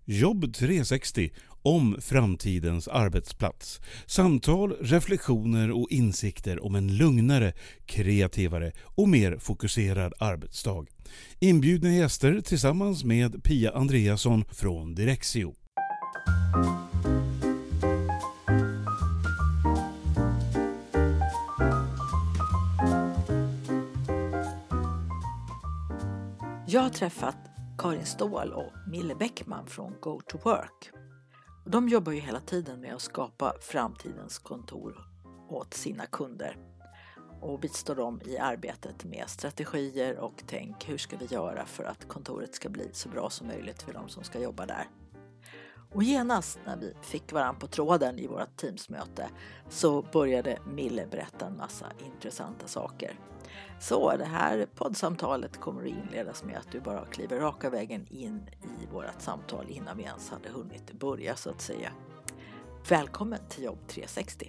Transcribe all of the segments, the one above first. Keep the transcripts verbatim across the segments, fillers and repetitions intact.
Jobb trehundrasextio om framtidens arbetsplats. Samtal, reflektioner och insikter om en lugnare, kreativare och mer fokuserad arbetsdag. Inbjudna gäster tillsammans med Pia Andreasson från Direxio. Jag har träffat Karin Ståhl och Mille Bäckman från Go to Work. De jobbar ju hela tiden med att skapa framtidens kontor åt sina kunder. Och bistår dem i arbetet med strategier och tänk hur ska vi göra för att kontoret ska bli så bra som möjligt för de som ska jobba där. Och genast när vi fick varann på tråden i vårt teamsmöte så började Mille berätta en massa intressanta saker. Så det här poddsamtalet kommer att inledas med att du bara kliver raka vägen in i vårt samtal innan vi ens hade hunnit börja så att säga. Välkommen till Jobb trehundrasextio!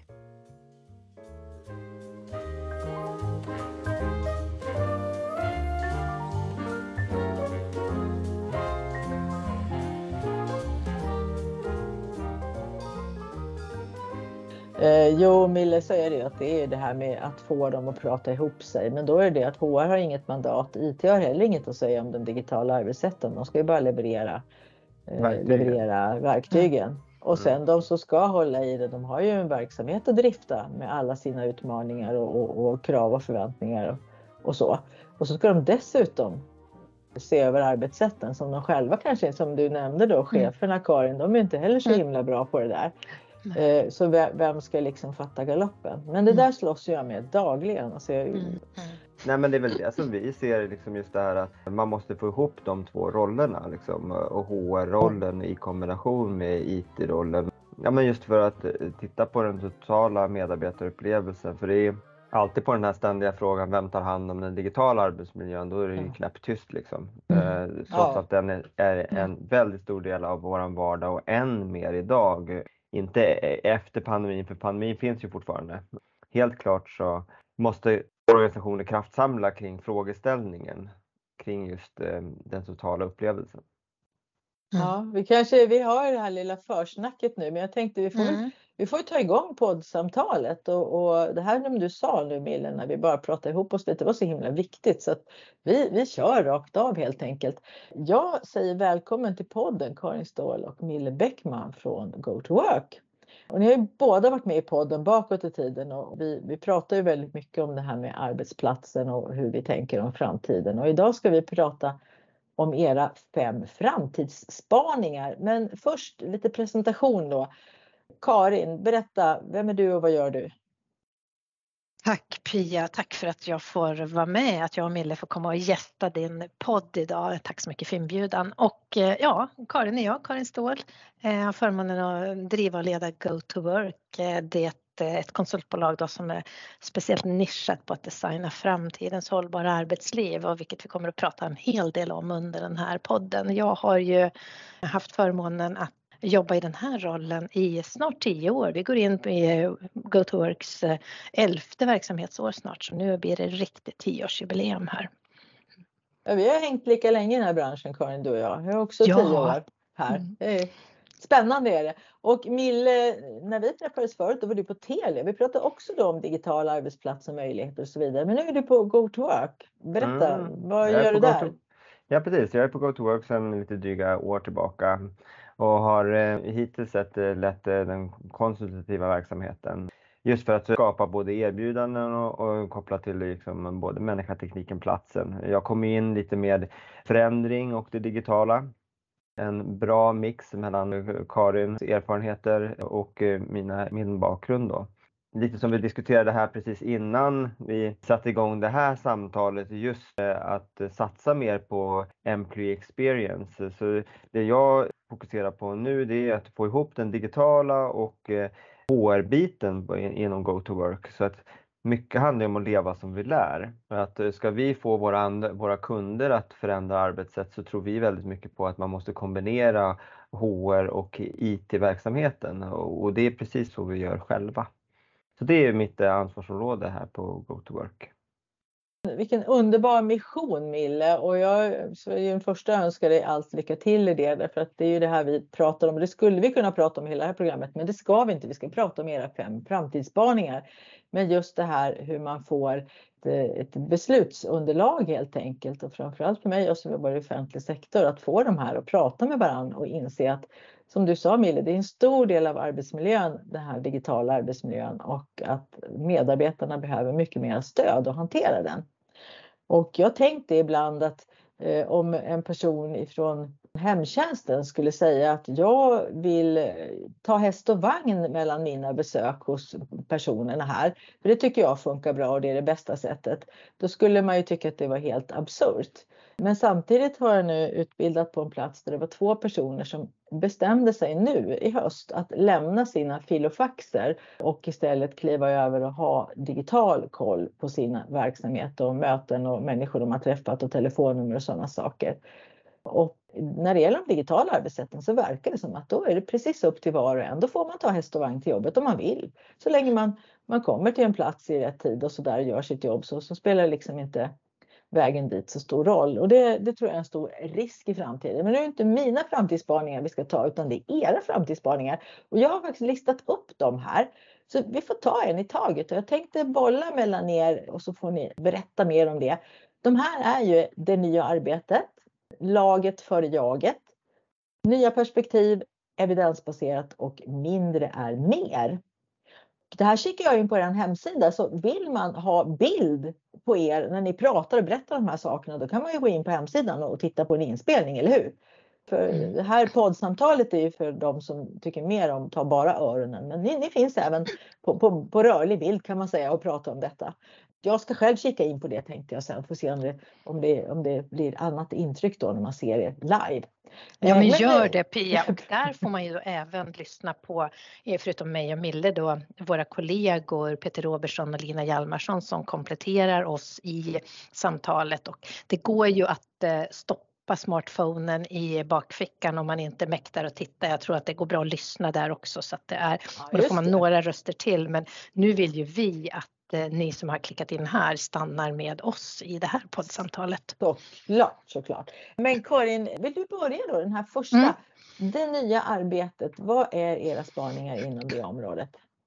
Eh, jo, Mille säger det att det är det här med att få dem att prata ihop sig. Men då är det att H R har inget mandat. I T har heller inget att säga om den digitala arbetssätten. De ska ju bara leverera, eh, verktygen. leverera verktygen. Mm. Och sen de som ska hålla i det, de har ju en verksamhet att drifta med alla sina utmaningar och, och, och krav och förväntningar och, och så. Och så ska de dessutom se över arbetssätten som de själva kanske, som du nämnde då, cheferna Karin, de är inte heller så himla bra på det där. Eh, så vem ska liksom fatta galoppen? Men det där slåss jag med dagligen. Alltså jag... mm. Mm. Nej, men det är väl det som vi ser, liksom just det här att man måste få ihop de två rollerna liksom, och H R-rollen i kombination med I T-rollen. Ja, men just för att titta på den totala medarbetarupplevelsen, för det är alltid på den här ständiga frågan, vem tar hand om den digitala arbetsmiljön? Då är det ju knäpptyst liksom. Mm. Trots ja. att den är, är en väldigt stor del av våran vardag och än mer idag. Inte efter pandemin, för pandemin finns ju fortfarande. Helt klart så måste organisationer kraftsamla kring frågeställningen, kring just eh, den totala upplevelsen. Ja, vi kanske, vi har det här lilla försnacket nu, men jag tänkte vi får, Mm. vi får ta igång poddsamtalet och, och det här som du sa nu Mille, när vi bara pratade ihop oss lite, det var så himla viktigt så att vi, vi kör rakt av helt enkelt. Jag säger välkommen till podden Karin Ståhl och Mille Bäckman från Go to Work. Och ni har ju båda varit med i podden bakåt i tiden och vi, vi pratar ju väldigt mycket om det här med arbetsplatsen och hur vi tänker om framtiden. Och idag ska vi prata om era fem framtidsspaningar. Men först lite presentation då. Karin, berätta, vem är du och vad gör du? Tack Pia, tack för att jag får vara med, att jag och Mille får komma och gästa din podd idag. Tack så mycket för inbjudan. Och ja, Karin är jag, Karin Ståhl. Jag har förmånen att driva och leda Go to Work. Det är ett konsultbolag då som är speciellt nischat på att designa framtidens hållbara arbetsliv, och vilket vi kommer att prata en hel del om under den här podden. Jag har ju haft förmånen att jobba i den här rollen i snart tio år. Vi går in i Go to Works elfte verksamhetsår snart, så nu blir det riktigt tioårsjubileum här. Ja, vi har hängt lika länge i den här branschen, Karin, du och jag. Jag har också ja. tio år här. Mm. Det är spännande är det. Och Mille, när vi träffades förut då var du på Telia. Vi pratade också då om digitala arbetsplatser och möjligheter och så vidare. Men nu är du på Go to Work. Berätta, mm. vad gör du där? To... Ja, precis. Jag är på Go to Work sedan lite dryga år tillbaka. Och har eh, hittills sett eh, lett eh, den konsultativa verksamheten. Just för att skapa både erbjudanden och, och koppla till liksom, både människa, tekniken, platsen. Jag kom in lite med förändring och det digitala. En bra mix mellan Karins erfarenheter och eh, mina, min bakgrund då. Lite som vi diskuterade här precis innan vi satte igång det här samtalet, just att satsa mer på employee experience. Så det jag fokuserar på nu, det är att få ihop den digitala och H R-biten inom Go to Work. Så att mycket handlar om att leva som vi lär. För att ska vi få våra, våra kunder att förändra arbetssätt, så tror vi väldigt mycket på att man måste kombinera H R och I T-verksamheten. Och det är precis så vi gör själva. Så det är mitt ansvarsområde här på Go to Work. Vilken underbar mission, Mille, och jag är ju den första att önska dig allt lycka till i det, därför att det är ju det här vi pratar om. Det skulle vi kunna prata om i hela det här programmet, men det ska vi inte. Vi ska prata om era fem framtidsspaningar. Men just det här hur man får ett, ett beslutsunderlag helt enkelt, och framförallt för mig, jag som jobbar i offentlig sektor, att få de här och prata med varandra och inse att, som du sa Mille, det är en stor del av arbetsmiljön, den här digitala arbetsmiljön, och att medarbetarna behöver mycket mer stöd att hantera den. Och jag tänkte ibland att eh, om en person ifrån hemtjänsten skulle säga att jag vill ta häst och vagn mellan mina besök hos personerna här, för det tycker jag funkar bra och det är det bästa sättet, då skulle man ju tycka att det var helt absurt. Men samtidigt har jag nu utbildat på en plats där det var två personer som bestämde sig nu i höst att lämna sina filofaxer och istället kliva över och ha digital koll på sina verksamheter och möten och människor de har träffat och telefonnummer och sådana saker. Och när det gäller de digitala arbetssätten så verkar det som att då är det precis upp till var och en. Då får man ta häst och vagn till jobbet om man vill. Så länge man, man kommer till en plats i rätt tid och så där gör sitt jobb, så, så spelar det liksom inte vägen dit så stor roll. Och det, det tror jag är en stor risk i framtiden. Men det är inte mina framtidsspaningar vi ska ta, utan det är era framtidsspaningar. Och jag har faktiskt listat upp dem här. Så vi får ta en i taget. Och jag tänkte bolla mellan er och så får ni berätta mer om det. De här är ju det nya arbetet, laget för jaget, nya perspektiv, evidensbaserat och mindre är mer. Det här kikar jag in på er hemsida, så vill man ha bild på er när ni pratar och berättar de här sakerna, då kan man ju gå in på hemsidan och titta på en inspelning, eller hur? För det här poddsamtalet är ju för de som tycker mer om ta bara öronen, men ni, ni finns även på, på, på rörlig bild kan man säga och prata om detta. Jag ska själv kika in på det, tänkte jag sen, får se om det, om det, om det blir annat intryck då när man ser det live. Ja, men gör det Pia, och där får man ju även lyssna på, förutom mig och Mille då, våra kollegor Peter Robertsson och Lina Hjalmarsson som kompletterar oss i samtalet, och det går ju att stoppa smartphonen i bakfickan om man inte mäktar att titta. Jag tror att det går bra att lyssna där också, så att det är, och då får man några röster till, men nu vill ju vi att ni som har klickat in här stannar med oss i det här poddsamtalet. Såklart, såklart. Men Karin, vill du börja då den här första, mm. det nya arbetet, vad är era spaningar inom det området?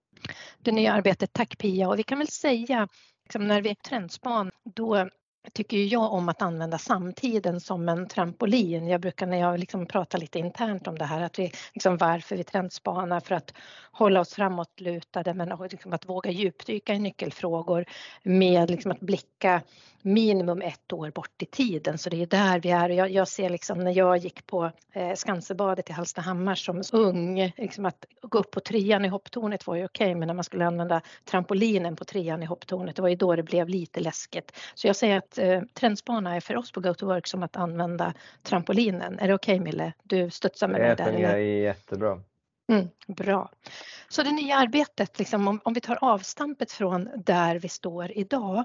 Det nya arbetet, tack Pia, och vi kan väl säga, liksom när vi trendspan, då tycker jag om att använda samtiden som en trampolin. Jag brukar när jag liksom pratar lite internt om det här, att vi, liksom varför vi trendspanar, för att hålla oss framåtlutade, men liksom att våga djupdyka i nyckelfrågor med liksom att blicka minimum ett år bort i tiden. Så det är där vi är. Jag, jag ser liksom när jag gick på eh, Skansebadet i Hallstahammar som ung, liksom att gå upp på trean i hopptornet var ju okej, men när man skulle använda trampolinen på trean i hopptornet, det var ju då det blev lite läskigt. Så jag säger att eh, trendspana är för oss på GoToWork som att använda trampolinen. Är det okej Mille? Du studsar med mig där. Det är jättebra. Mm, bra. Så det nya arbetet, liksom, om, om vi tar avstampet från där vi står idag.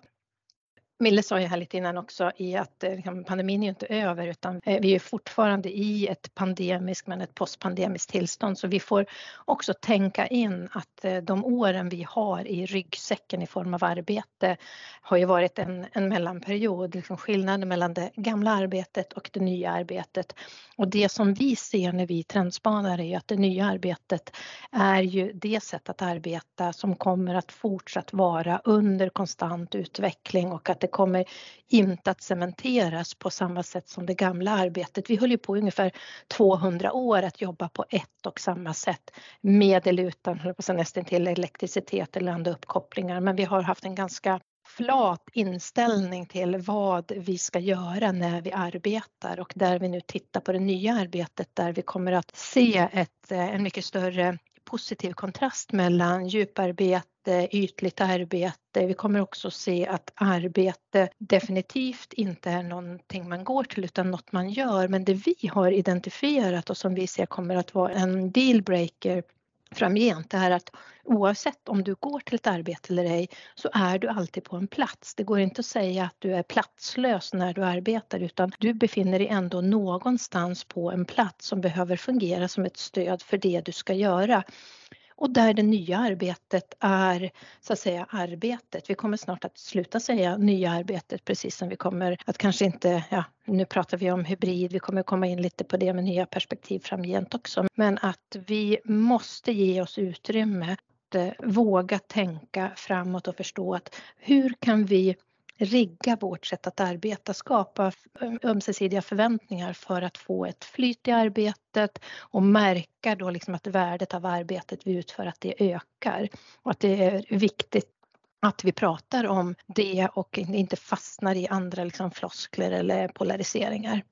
Mille sa ju här lite innan också i att liksom, pandemin är ju inte över, utan eh, vi är fortfarande i ett pandemiskt men ett postpandemiskt tillstånd. Så vi får också tänka in att eh, de åren vi har i ryggsäcken i form av arbete har ju varit en, en mellanperiod. Liksom skillnaden mellan det gamla arbetet och det nya arbetet. Och det som vi ser när vi trendspanar är ju att det nya arbetet är ju det sätt att arbeta som kommer att fortsatt vara under konstant utveckling, och att det kommer inte att cementeras på samma sätt som det gamla arbetet. Vi höll ju på ungefär tvåhundra år att jobba på ett och samma sätt med eller utan, höll på nästan till elektricitet eller andra uppkopplingar, men vi har haft en ganska flat inställning till vad vi ska göra när vi arbetar, och där vi nu tittar på det nya arbetet där vi kommer att se ett, en mycket större positiv kontrast mellan djuparbete, ytligt arbete. Vi kommer också se att arbete definitivt inte är någonting man går till utan något man gör, men det vi har identifierat och som vi ser kommer att vara en dealbreaker framgent är att oavsett om du går till ett arbete eller ej så är du alltid på en plats. Det går inte att säga att du är platslös när du arbetar, utan du befinner dig ändå någonstans på en plats som behöver fungera som ett stöd för det du ska göra. och där det nya arbetet är så att säga arbetet. Vi kommer snart att sluta säga nya arbetet, precis som vi kommer att kanske inte, ja nu pratar vi om hybrid, vi kommer komma in lite på det med nya perspektiv framgent också. Men att vi måste ge oss utrymme att eh, våga tänka framåt och förstå att hur kan vi rigga vårt sätt att arbeta, skapa ömsesidiga förväntningar för att få ett flyt i arbetet och märka då liksom att värdet av arbetet vi utför, att det ökar och att det är viktigt att vi pratar om det och inte fastnar i andra liksom floskler eller polariseringar.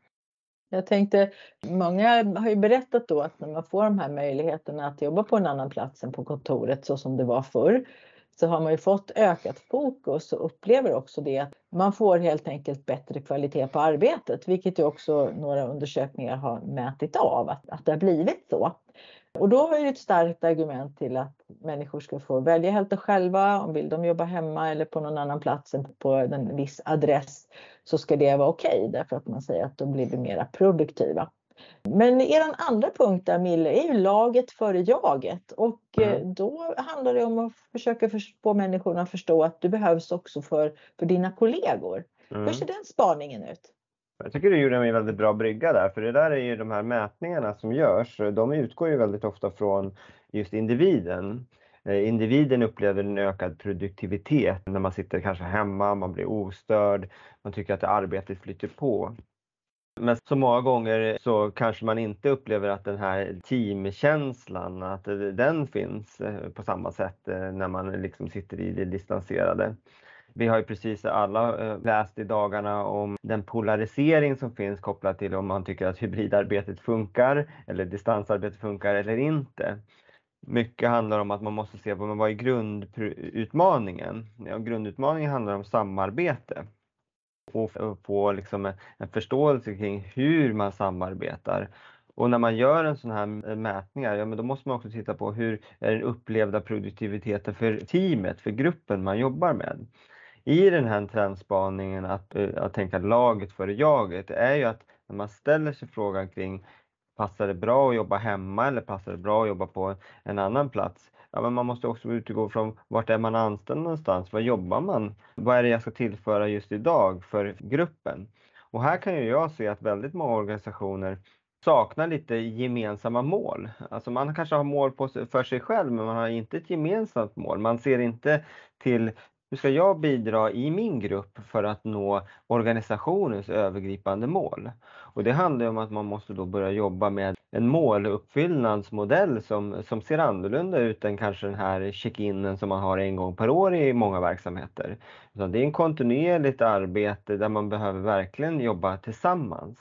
Jag tänkte, många har ju berättat då att när man får de här möjligheterna att jobba på en annan plats än på kontoret så som det var förr, så har man ju fått ökat fokus och upplever också det att man får helt enkelt bättre kvalitet på arbetet, vilket ju också några undersökningar har mätit av att, att det har blivit så. Och då är det ett starkt argument till att människor ska få välja helt och själva. Om vill de jobba hemma eller på någon annan plats än på en viss adress så ska det vara okej, därför att man säger att då blir vi mera produktiva. Men er andra punkt där, Mille, är ju laget före jaget. Och mm. då handlar det om att försöka få människorna att förstå att du behövs också för, för dina kollegor. Mm. Hur ser den spaningen ut? Jag tycker du gjorde en väldigt bra brygga där, för det där är ju de här mätningarna som görs. De utgår ju väldigt ofta från just individen. Individen upplever en ökad produktivitet när man sitter kanske hemma, man blir ostörd, man tycker att arbetet flyter på. Men så många gånger så kanske man inte upplever att den här teamkänslan, att den finns på samma sätt när man liksom sitter i det distanserade. Vi har ju precis alla läst i dagarna om den polarisering som finns kopplat till om man tycker att hybridarbetet funkar eller distansarbetet funkar eller inte. Mycket handlar om att man måste se vad, vad är grundutmaningen. Ja, grundutmaningen handlar om samarbete. Och få liksom en förståelse kring hur man samarbetar. Och när man gör en sån här mätningar, ja, men då måste man också titta på hur är den upplevda produktiviteten för teamet, för gruppen man jobbar med. I den här trendspaningen att, att tänka laget före jaget är ju att när man ställer sig frågan kring passar det bra att jobba hemma eller passar det bra att jobba på en annan plats? Ja, men man måste också utgå från vart är man anställd någonstans, vad jobbar man? Vad är det jag ska tillföra just idag för gruppen? Och här kan ju jag se att väldigt många organisationer saknar lite gemensamma mål. Alltså man kanske har mål på, för sig själv, men man har inte ett gemensamt mål. Man ser inte till hur ska jag bidra i min grupp för att nå organisationens övergripande mål. Och det handlar om att man måste då börja jobba med en måluppfyllnadsmodell som, som ser annorlunda ut än kanske den här check-inen som man har en gång per år i många verksamheter. Så det är en kontinuerligt arbete där man behöver verkligen jobba tillsammans.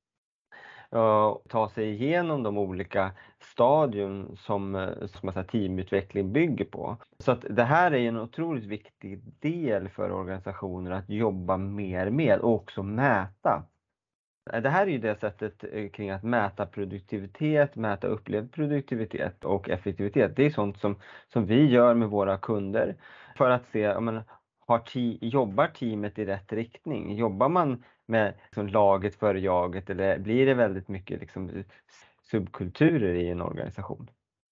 Och ta sig igenom de olika stadium som, som man säger, teamutveckling bygger på. Så att det här är en otroligt viktig del för organisationer att jobba mer med och också mäta. Det här är ju det sättet kring att mäta produktivitet, mäta upplevd produktivitet och effektivitet. Det är sånt som, som vi gör med våra kunder för att se, jag menar, har te- jobbar teamet i rätt riktning? Jobbar man med liksom laget före jaget eller blir det väldigt mycket liksom subkulturer i en organisation?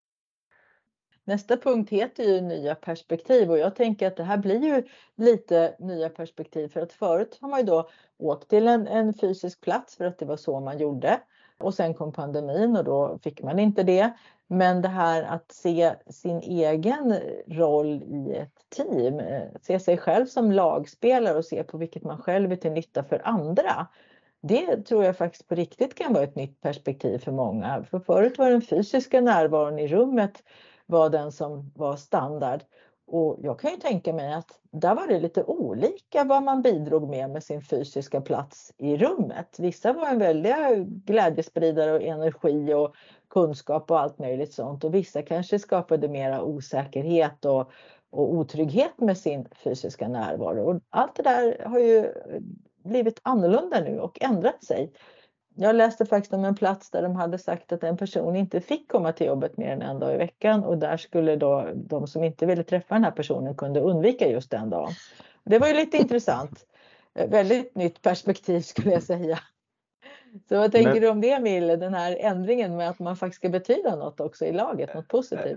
Nästa punkt heter ju nya perspektiv och jag tänker att det här blir ju lite nya perspektiv för att förut har man ju då åkt till en, en fysisk plats för att det var så man gjorde och sen kom pandemin och då fick man inte det. Men det här att se sin egen roll i ett team, se sig själv som lagspelare och se på vilket man själv är till nytta för andra. Det tror jag faktiskt på riktigt kan vara ett nytt perspektiv för många. För förut var den fysiska närvaron i rummet var den som var standard. Och jag kan ju tänka mig att där var det lite olika vad man bidrog med med sin fysiska plats i rummet. Vissa var en väldiga glädjespridare och energi och kunskap och allt möjligt sånt. Och vissa kanske skapade mera osäkerhet och, och otrygghet med sin fysiska närvaro. Och allt det där har ju blivit annorlunda nu och ändrat sig. Jag läste faktiskt om en plats där de hade sagt att en person inte fick komma till jobbet mer än en dag i veckan. Och där skulle då de som inte ville träffa den här personen kunde undvika just den dagen. Det var ju lite intressant. Väldigt nytt perspektiv skulle jag säga. Så vad tänker Men, du om det, Mille? Den här ändringen med att man faktiskt ska betyda något också i laget, något positivt?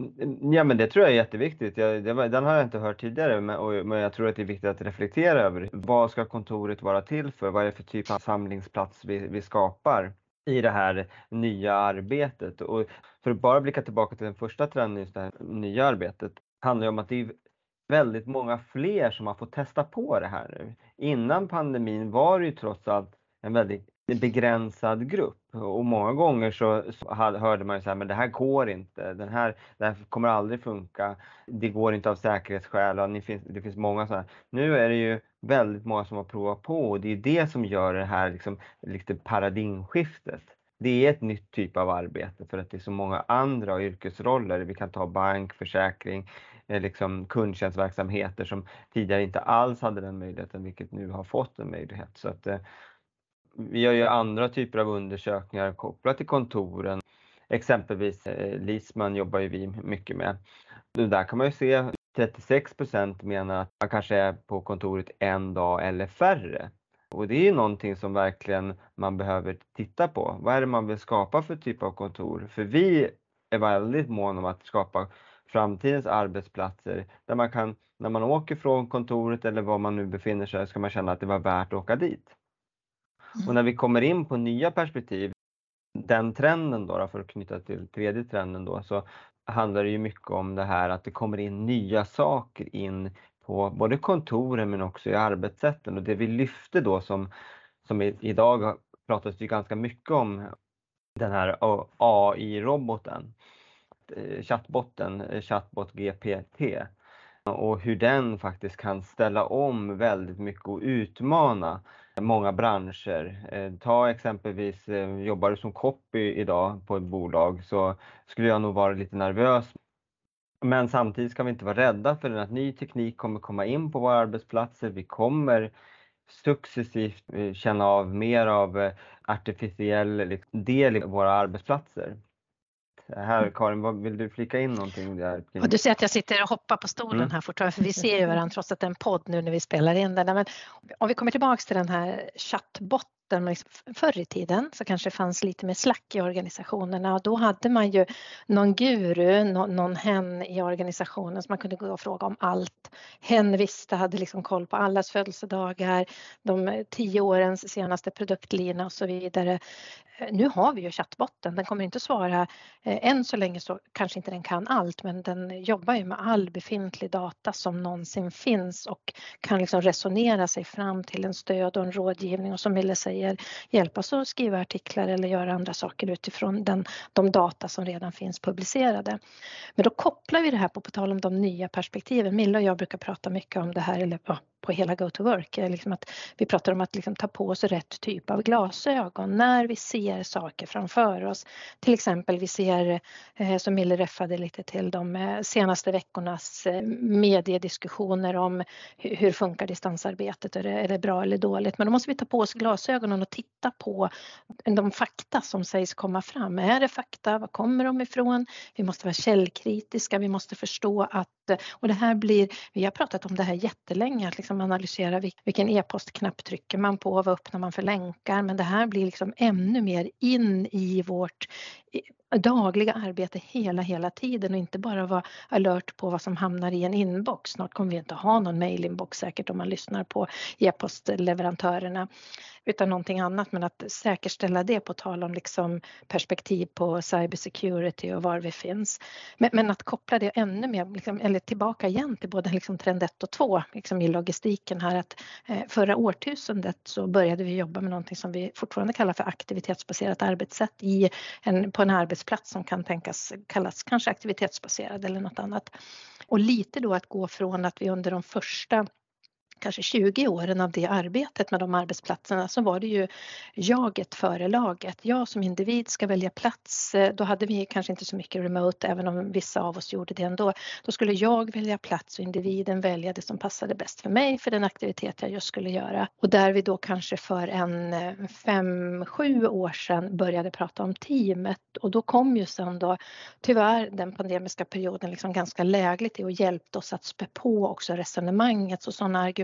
Ja, men det tror jag är jätteviktigt. Jag, det var, den har jag inte hört tidigare, men, och, men jag tror att det är viktigt att reflektera över. Vad ska kontoret vara till för? Vad är det för typ av samlingsplats vi, vi skapar i det här nya arbetet? Och för att bara blicka tillbaka till den första trenden, just det här nya arbetet, handlar ju om att det är väldigt många fler som har fått testa på det här nu. Innan pandemin var det ju trots allt en väldigt begränsad grupp, och många gånger så, så hörde man ju så här, men det här går inte, den här, det här kommer aldrig funka, det går inte av säkerhetsskäl, och det finns, det finns många så här. Nu är det ju väldigt många som har provat på, och det är det som gör det här liksom, lite paradigmskiftet. Det är ett nytt typ av arbete för att det är så många andra yrkesroller. Vi kan ta bank, försäkring, liksom kundtjänstverksamheter som tidigare inte alls hade den möjligheten, vilket nu har fått en möjlighet. Så att vi gör ju andra typer av undersökningar kopplat till kontoren. Exempelvis Lisman jobbar ju vi mycket med. Där kan man ju se att trettiosex procent menar att man kanske är på kontoret en dag eller färre. Och det är ju någonting som verkligen man behöver titta på. Vad är det man vill skapa för typ av kontor? För vi är väldigt måna om att skapa framtidens arbetsplatser där man kan, när man åker från kontoret eller var man nu befinner sig, ska man känna att det var värt att åka dit. Mm. Och när vi kommer in på nya perspektiv, den trenden då, för att knyta till tredje trenden då, så handlar det ju mycket om det här att det kommer in nya saker in på både kontoren men också i arbetssätten. Och det vi lyfte då som, som idag pratas det ju ganska mycket om, den här A I-roboten, chattbotten, Chatbot G P T. Och hur den faktiskt kan ställa om väldigt mycket och utmana många branscher. Ta exempelvis, jobbar du som copy idag på ett bolag, så skulle jag nog vara lite nervös. Men samtidigt ska vi inte vara rädda för att ny teknik kommer komma in på våra arbetsplatser. Vi kommer successivt känna av mer av artificiell del i våra arbetsplatser. Här, Karin, vad, vill du flika in någonting där? Och du ser att jag sitter och hoppar på stolen mm. här fortfarande, för vi ser ju varandra trots att det är en podd nu när vi spelar in den. Men om vi kommer tillbaka till den här chattbotten, förr i tiden så kanske det fanns lite mer slack i organisationerna, och då hade man ju någon guru, någon, någon hen i organisationen som man kunde gå och fråga om allt. Hen visste, hade liksom koll på allas födelsedagar, de tio årens senaste produktlina och så vidare. Nu har vi ju chattbotten, den kommer inte svara, eh, än så länge så kanske inte den kan allt, men den jobbar ju med all befintlig data som någonsin finns och kan liksom resonera sig fram till en stöd och en rådgivning, och som Mille säger, hjälpa oss att skriva artiklar eller göra andra saker utifrån den, de data som redan finns publicerade. Men då kopplar vi det här på, på tal om de nya perspektiven. Mille och jag brukar prata mycket om det här, eller ja, på hela GoToWork, liksom att vi pratar om att liksom ta på oss rätt typ av glasögon när vi ser saker framför oss. Till exempel vi ser, eh, som Mille räffade lite till, de eh, senaste veckornas eh, mediediskussioner om hur, hur funkar distansarbetet, är det, är det bra eller dåligt. Men då måste vi ta på oss glasögonen och titta på de fakta som sägs komma fram. Är det fakta? Var kommer de ifrån? Vi måste vara källkritiska, vi måste förstå att, och det här blir, vi har pratat om det här jättelänge, att liksom analysera vilken e-postknapp trycker man på, vad öppnar man för länkar, men det här blir liksom ännu mer in i vårt dagliga arbete hela, hela tiden, och inte bara vara alert på vad som hamnar i en inbox. Snart kommer vi inte ha någon mailinbox säkert om man lyssnar på e-postleverantörerna, utan någonting annat, men att säkerställa det på tal om liksom perspektiv på cybersecurity och var vi finns. Men, men att koppla det ännu mer, liksom, eller tillbaka igen till både liksom trend ett och två, liksom i logistiken här, att eh, förra årtusendet så började vi jobba med någonting som vi fortfarande kallar för aktivitetsbaserat arbetssätt i en, på en arbetsplats som kan tänkas kallas kanske aktivitetsbaserad eller något annat. Och lite då att gå från att vi under de första kanske tjugo åren av det arbetet med de arbetsplatserna, så var det ju jaget före laget. Jag som individ ska välja plats. Då hade vi kanske inte så mycket remote, även om vissa av oss gjorde det ändå. Då skulle jag välja plats och individen välja det som passade bäst för mig, för den aktivitet jag just skulle göra. Och där vi då kanske för en fem, sju år sedan började prata om teamet. Och då kom ju sen då tyvärr den pandemiska perioden liksom ganska lägligt i och hjälpte oss att spä på också resonemanget, och sådana argument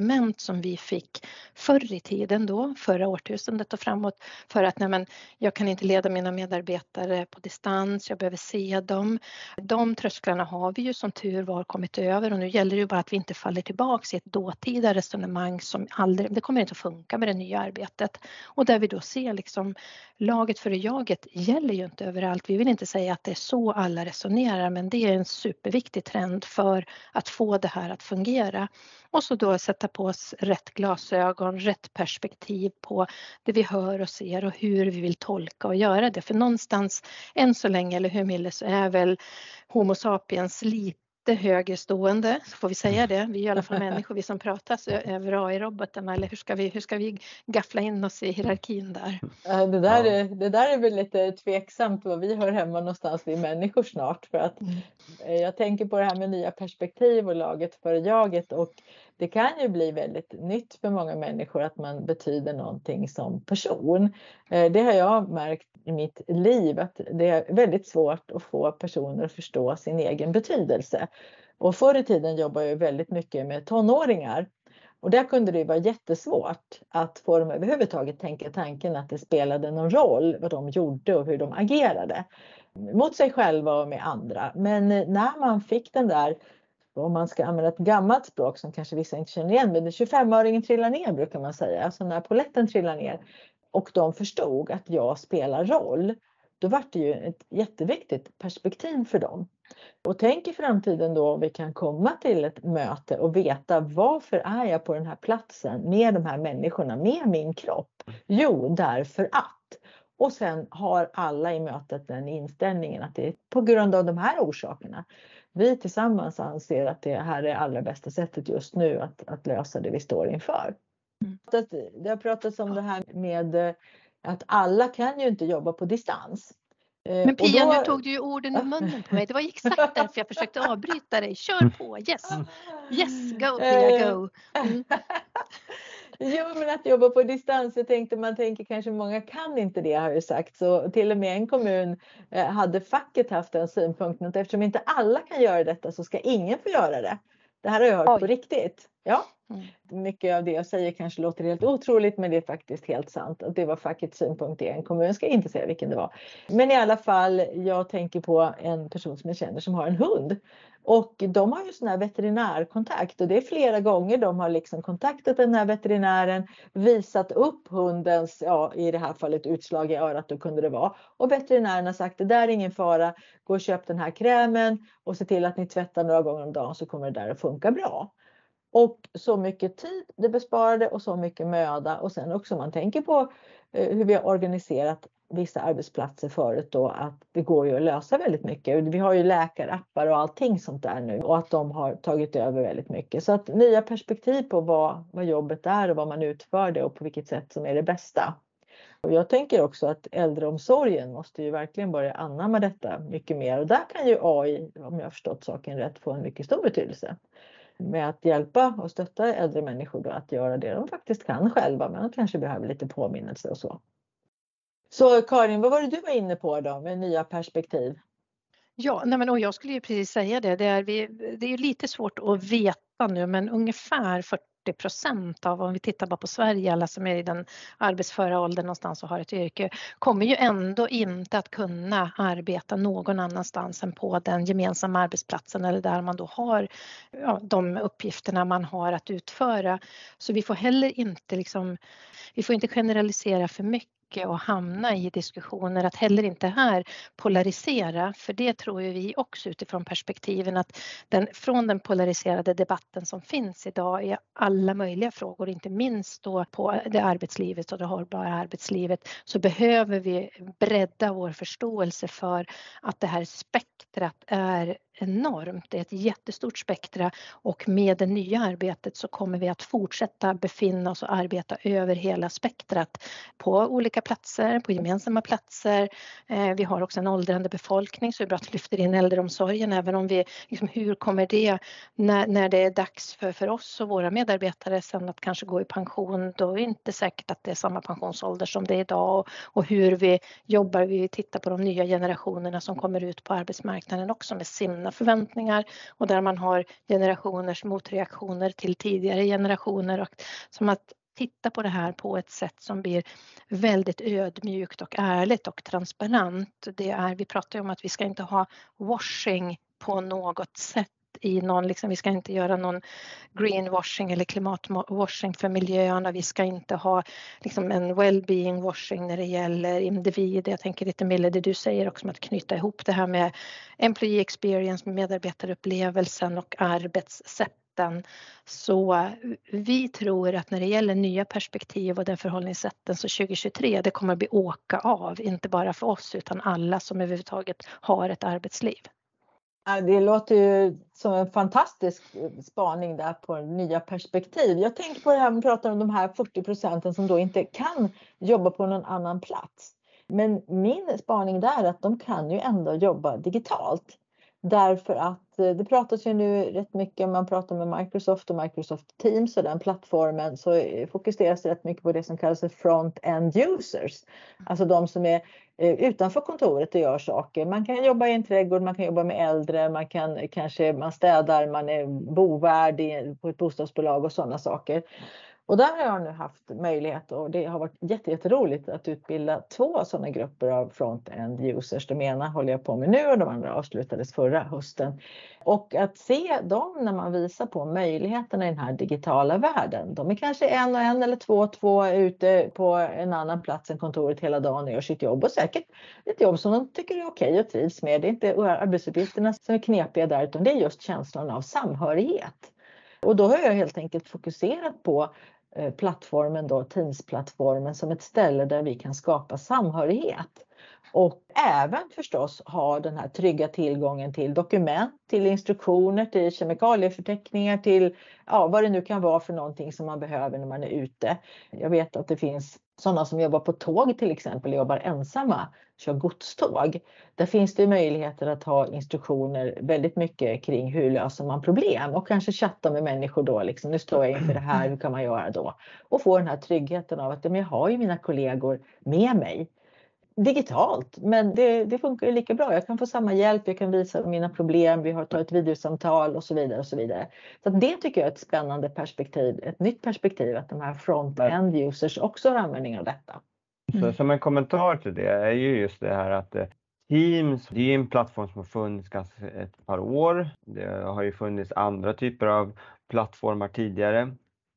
incitament som vi fick förr i tiden då, förra årtusendet och framåt, för att nej men, jag kan inte leda mina medarbetare på distans, jag behöver se dem. De trösklarna har vi ju som tur var kommit över, och nu gäller det ju bara att vi inte faller tillbaka i ett dåtida resonemang som aldrig, det kommer inte att funka med det nya arbetet. Och där vi då ser liksom laget före jaget gäller ju inte överallt. Vi vill inte säga att det är så alla resonerar, men det är en superviktig trend för att få det här att fungera. Och så då sätta på oss rätt glasögon, rätt perspektiv på det vi hör och ser och hur vi vill tolka och göra det. För någonstans än så länge, eller hur Mille, så är väl Homo sapiens lite högre stående, så får vi säga det. Vi är i alla fall människor, vi som pratar så över A I-robotarna, eller hur ska vi, hur ska vi gaffla in oss i hierarkin där? Det där, ja. är, det där är väl lite tveksamt vad vi hör hemma någonstans, vi är människor snart. För att mm. jag tänker på det här med nya perspektiv och laget för jaget, och det kan ju bli väldigt nytt för många människor att man betyder någonting som person. Det har jag märkt i mitt liv, att det är väldigt svårt att få personer att förstå sin egen betydelse. Och förr i tiden jobbade jag väldigt mycket med tonåringar. Och där kunde det vara jättesvårt att få dem överhuvudtaget tänka tanken att det spelade någon roll vad de gjorde och hur de agerade mot sig själva och med andra. Men när man fick den där, om man ska använda ett gammalt språk som kanske vissa inte känner igen, men tjugofemåringen trillar ner brukar man säga, alltså när poletten trillar ner och de förstod att jag spelar roll, då var det ju ett jätteviktigt perspektiv för dem. Och tänk i framtiden då vi kan komma till ett möte och veta varför är jag på den här platsen med de här människorna, med min kropp? Jo, därför att. Och sen har alla i mötet den inställningen att det är på grund av de här orsakerna. Vi tillsammans anser att det här är allra bästa sättet just nu att, att lösa det vi står inför. Mm. Det har pratats om det här med att alla kan ju inte jobba på distans. Men Pia, då... nu tog du ju orden i munnen på mig. Det var exakt därför jag försökte avbryta dig. Kör på, yes. Yes, go Pia, go. Mm. Jo, men att jobba på distans, jag tänkte, man tänker kanske många kan inte det, har jag sagt. Så till och med en kommun hade facket haft den synpunkten att eftersom inte alla kan göra detta så ska ingen få göra det. Det här har jag hört Oj. På riktigt. Ja. Mm. Mycket av det jag säger kanske låter helt otroligt, men det är faktiskt helt sant. Och det var fackets synpunkt i en kommun, ska inte säga vilken det var. Men i alla fall, jag tänker på en person som jag känner som har en hund. Och de har ju sån här veterinärkontakt, och det är flera gånger de har liksom kontaktat den här veterinären, visat upp hundens, ja i det här fallet utslag i örat då kunde det vara. Och veterinären har sagt, det där är ingen fara, gå och köp den här krämen och se till att ni tvättar några gånger om dagen så kommer det där att funka bra. Och så mycket tid det besparade och så mycket möda. Och sen också man tänker på hur vi har organiserat vissa arbetsplatser förut då, att det går ju att lösa väldigt mycket. Vi har ju läkarappar och allting sånt där nu, och att de har tagit över väldigt mycket. Så att nya perspektiv på vad, vad jobbet är och vad man utför det och på vilket sätt som är det bästa. Och jag tänker också att äldreomsorgen måste ju verkligen börja anamma detta mycket mer. Och där kan ju A I, om jag har förstått saken rätt, få en mycket stor betydelse. Med att hjälpa och stötta äldre människor då att göra det de faktiskt kan själva, men de kanske behöver lite påminnelse och så. Så Karin, vad var det du var inne på då med nya perspektiv? Ja, nej men, och jag skulle ju precis säga det. Det är, vi, det är ju lite svårt att veta nu, men ungefär fyrtio procent av, om vi tittar bara på Sverige, alla som är i den arbetsföra åldern någonstans och har ett yrke, kommer ju ändå inte att kunna arbeta någon annanstans än på den gemensamma arbetsplatsen eller där man då har ja, de uppgifterna man har att utföra. Så vi får heller inte liksom, vi får inte generalisera för mycket och hamna i diskussioner, att heller inte här polarisera, för det tror ju vi också utifrån perspektiven att den, från den polariserade debatten som finns idag i alla möjliga frågor, inte minst då på det arbetslivet och det hållbara arbetslivet, så behöver vi bredda vår förståelse för att det här spektrat är enormt. Det är ett jättestort spektra, och med det nya arbetet så kommer vi att fortsätta befinna oss och arbeta över hela spektrat på olika platser, på gemensamma platser. Eh, vi har också en åldrande befolkning, så det är bra att lyfter in äldreomsorgen, även om vi, liksom, hur kommer det när, när det är dags för, för oss och våra medarbetare sen att kanske gå i pension, då är det inte säkert att det är samma pensionsålder som det är idag, och, och hur vi jobbar, vi tittar på de nya generationerna som kommer ut på arbetsmarknaden också med sina sina förväntningar och där man har generationers motreaktioner till tidigare generationer och som att titta på det här på ett sätt som blir väldigt ödmjukt och ärligt och transparent. Det är, vi pratar ju om att vi ska inte ha washing på något sätt i någon, liksom, vi ska inte göra någon greenwashing eller klimatwashing för miljön och vi ska inte ha liksom, en well-being washing när det gäller individer. Jag tänker lite Mille, det du säger också om att knyta ihop det här med employee experience, med medarbetarupplevelsen och arbetssätten. Så vi tror att när det gäller nya perspektiv och den förhållningssätten så tjugo tjugotre det kommer att bli åka av, inte bara för oss utan alla som överhuvudtaget har ett arbetsliv. Det låter ju som en fantastisk spaning där på nya perspektiv. Jag tänker på det här, man pratar om de här fyrtio procenten som då inte kan jobba på någon annan plats. Men min spaning där är att de kan ju ändå jobba digitalt. Därför att det pratas ju nu rätt mycket, man pratar med Microsoft och Microsoft Teams och den plattformen, så fokuseras det rätt mycket på det som kallas för front-end users. Alltså de som är utanför kontoret och gör saker. Man kan jobba i en trädgård, man kan jobba med äldre, man kan kanske man städar, man är bovärd på ett bostadsbolag och sådana saker. Och där har jag nu haft möjlighet och det har varit jätteroligt att utbilda två sådana grupper av front-end users. De ena håller jag på med nu och de andra avslutades förra hösten. Och att se dem när man visar på möjligheterna i den här digitala världen. De är kanske en och en eller två och två ute på en annan plats än kontoret hela dagen och gör sitt jobb. Och säkert ett jobb som de tycker är okej och trivs med. Det är inte arbetsuppgifterna som är knepiga där utan det är just känslan av samhörighet. Och då har jag helt enkelt fokuserat på plattformen då, Teams-plattformen som ett ställe där vi kan skapa samhörighet. Och även förstås ha den här trygga tillgången till dokument, till instruktioner, till kemikalieförteckningar, till ja, vad det nu kan vara för någonting som man behöver när man är ute. Jag vet att det finns sådana som jobbar på tåg till exempel, jobbar ensamma, kör godståg. Där finns det möjligheter att ha instruktioner väldigt mycket kring hur löser man problem och kanske chatta med människor då. Liksom, nu står jag inför det här, hur kan man göra då? Och få den här tryggheten av att jag har ju mina kollegor med mig. Digitalt, men det, det funkar ju lika bra. Jag kan få samma hjälp, jag kan visa mina problem, vi har tagit videosamtal och så vidare och så vidare. Så det tycker jag är ett spännande perspektiv, ett nytt perspektiv att de här front-end users också har användning av detta. Så som en kommentar till det är ju just det här att Teams, det är en plattform som har funnits ganska ett par år. Det har ju funnits andra typer av plattformar tidigare.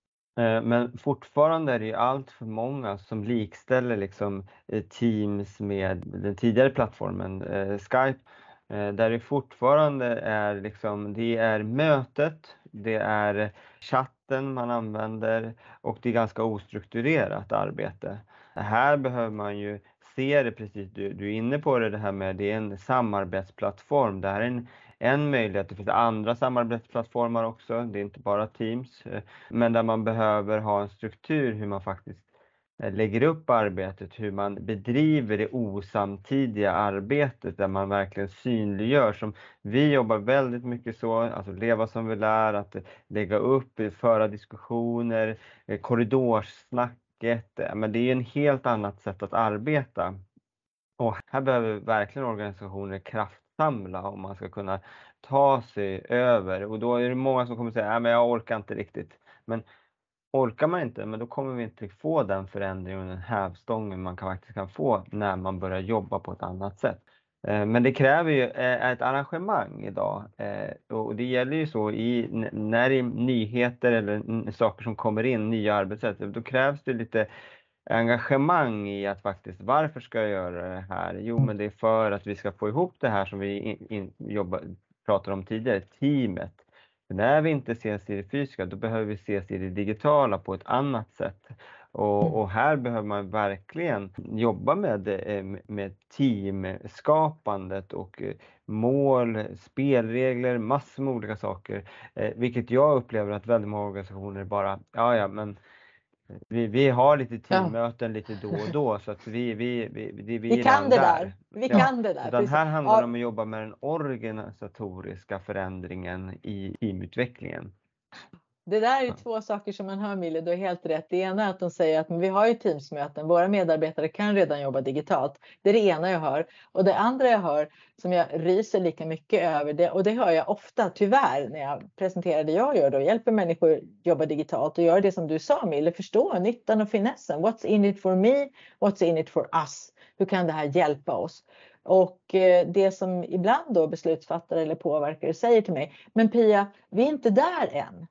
Men fortfarande är det ju allt för många som likställer liksom Teams med den tidigare plattformen eh, Skype. Eh, där det fortfarande är liksom, det är mötet, det är chatten man använder och det är ganska ostrukturerat arbete. Här behöver man ju se det precis, du, du är inne på det, det här med det är en samarbetsplattform. Det här är en En möjlighet, det finns andra samarbetsplattformar också, det är inte bara Teams, men där man behöver ha en struktur hur man faktiskt lägger upp arbetet, hur man bedriver det osamtidiga arbetet där man verkligen synliggör. Som vi jobbar väldigt mycket så, alltså leva som vi lär, att lägga upp, föra diskussioner, korridorssnacket, men det är en helt annat sätt att arbeta. Och här behöver verkligen organisationer kraft samla om man ska kunna ta sig över. Och då är det många som kommer säga, nej men jag orkar inte riktigt. Men orkar man inte, men då kommer vi inte få den förändringen och den hävstången man kan, faktiskt kan få när man börjar jobba på ett annat sätt. Men det kräver ju ett arrangemang idag. Och det gäller ju så i, när det är nyheter eller saker som kommer in, nya arbetssätt, då krävs det lite engagemang i att faktiskt, varför ska jag göra det här? Jo, men det är för att vi ska få ihop det här som vi in, in, jobbar, pratar om tidigare, teamet. För när vi inte ses i det fysiska, då behöver vi ses i det digitala på ett annat sätt. Och, och här behöver man verkligen jobba med, med teamskapandet och mål, spelregler, massor med olika saker. Vilket jag upplever att väldigt många organisationer bara, ja ja men Vi, vi har lite teammöten ja. lite då och då så att vi, vi, vi, vi, vi, vi kan det där. där. Vi ja. kan det där. Den här handlar ja. om att jobba med den organisatoriska förändringen i teamutvecklingen. Det där är två saker som man hör, Mille, du har helt rätt. Det ena är att de säger att men vi har ju Teamsmöten, våra medarbetare kan redan jobba digitalt. Det är det ena jag hör. Och det andra jag hör som jag ryser lika mycket över, det, och det hör jag ofta tyvärr när jag presenterar det jag gör då, hjälper människor jobba digitalt och gör det som du sa, Mille, förstå nyttan och finessen. What's in it for me? What's in it for us? Hur kan det här hjälpa oss? Och eh, det som ibland då beslutsfattare eller påverkare säger till mig, men Pia, vi är inte där än.